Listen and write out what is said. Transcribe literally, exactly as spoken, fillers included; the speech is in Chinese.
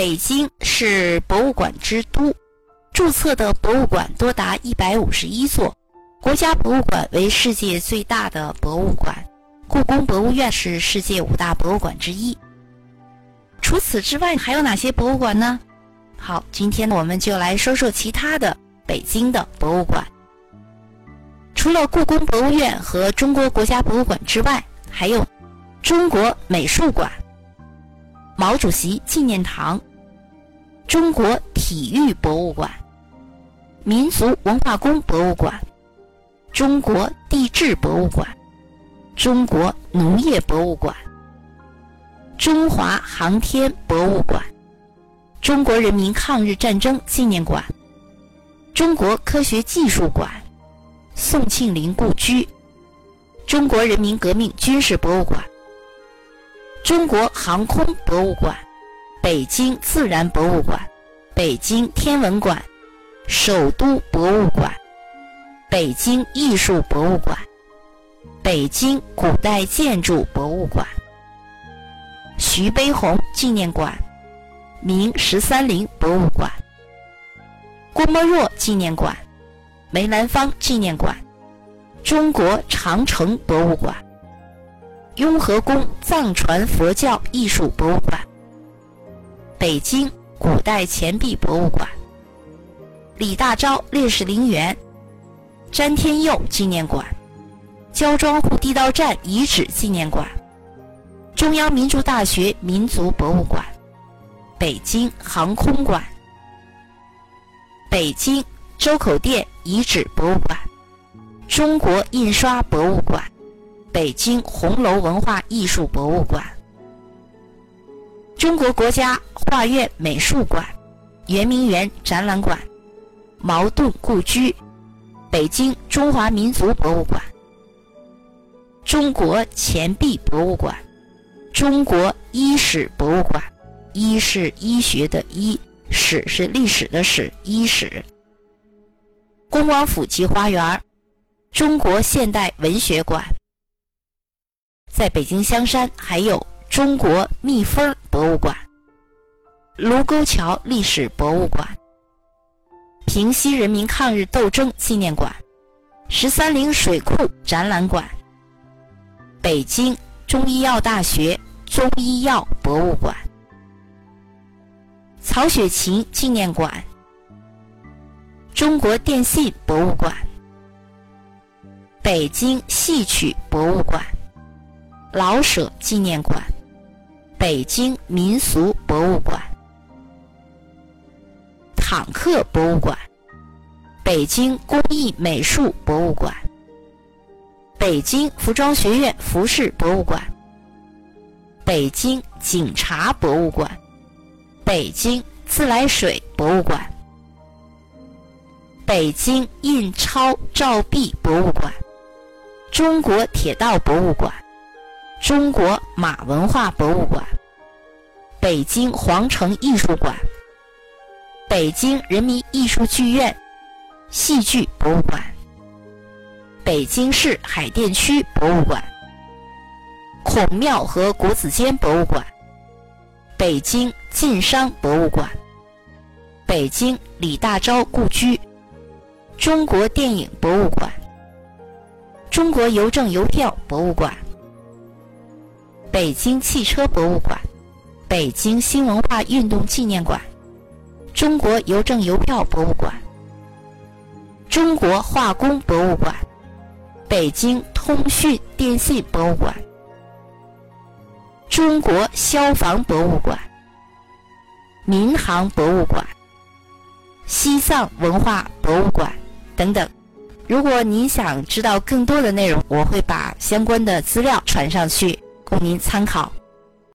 北京是博物馆之都，注册的博物馆多达一百五十一座。国家博物馆为世界最大的博物馆，故宫博物院是世界五大博物馆之一。除此之外，还有哪些博物馆呢？好，今天我们就来说说其他的北京的博物馆。除了故宫博物院和中国国家博物馆之外，还有中国美术馆、毛主席纪念堂、中国体育博物馆、民族文化宫博物馆、中国地质博物馆、中国农业博物馆、中华航天博物馆、中国人民抗日战争纪念馆、中国科学技术馆、宋庆龄故居、中国人民革命军事博物馆、中国航空博物馆、北京自然博物馆、北京天文馆、首都博物馆、北京艺术博物馆、北京古代建筑博物馆、徐悲鸿纪念馆、明十三陵博物馆、郭沫若纪念馆、梅兰芳纪念馆、中国长城博物馆、雍和宫藏传佛教艺术博物馆、北京古代钱币博物馆、李大钊烈士陵园、詹天佑纪念馆、焦庄户地道战遗址纪念馆、中央民族大学民族博物馆、北京航空馆、北京周口店遗址博物馆、中国印刷博物馆、北京红楼文化艺术博物馆、中国国家画院美术馆、圆明园展览馆、茅盾故居、北京中华民族博物馆、中国钱币博物馆、中国医史博物馆，医是医学的医，史是历史的史，医史。恭王府集花园、中国现代文学馆。在北京香山还有中国蜜蜂博物馆、卢沟桥历史博物馆、平西人民抗日斗争纪念馆、十三陵水库展览馆、北京中医药大学中医药博物馆、曹雪芹纪念馆、中国电信博物馆、北京戏曲博物馆、老舍纪念馆、北京民俗博物馆、坦克博物馆、北京工艺美术博物馆、北京服装学院服饰博物馆、北京警察博物馆、北京自来水博物馆、北京印钞照壁博物馆、中国铁道博物馆、中国马文化博物馆、北京皇城艺术馆、北京人民艺术剧院戏剧博物馆、北京市海淀区博物馆、孔庙和国子监博物馆、北京晋商博物馆、北京李大钊故居、中国电影博物馆、中国邮政邮票博物馆、北京汽车博物馆、北京新文化运动纪念馆、中国邮政邮票博物馆、中国化工博物馆、北京通讯电信博物馆、中国消防博物馆、民航博物馆、西藏文化博物馆等等。如果您想知道更多的内容，我会把相关的资料传上去供您参考。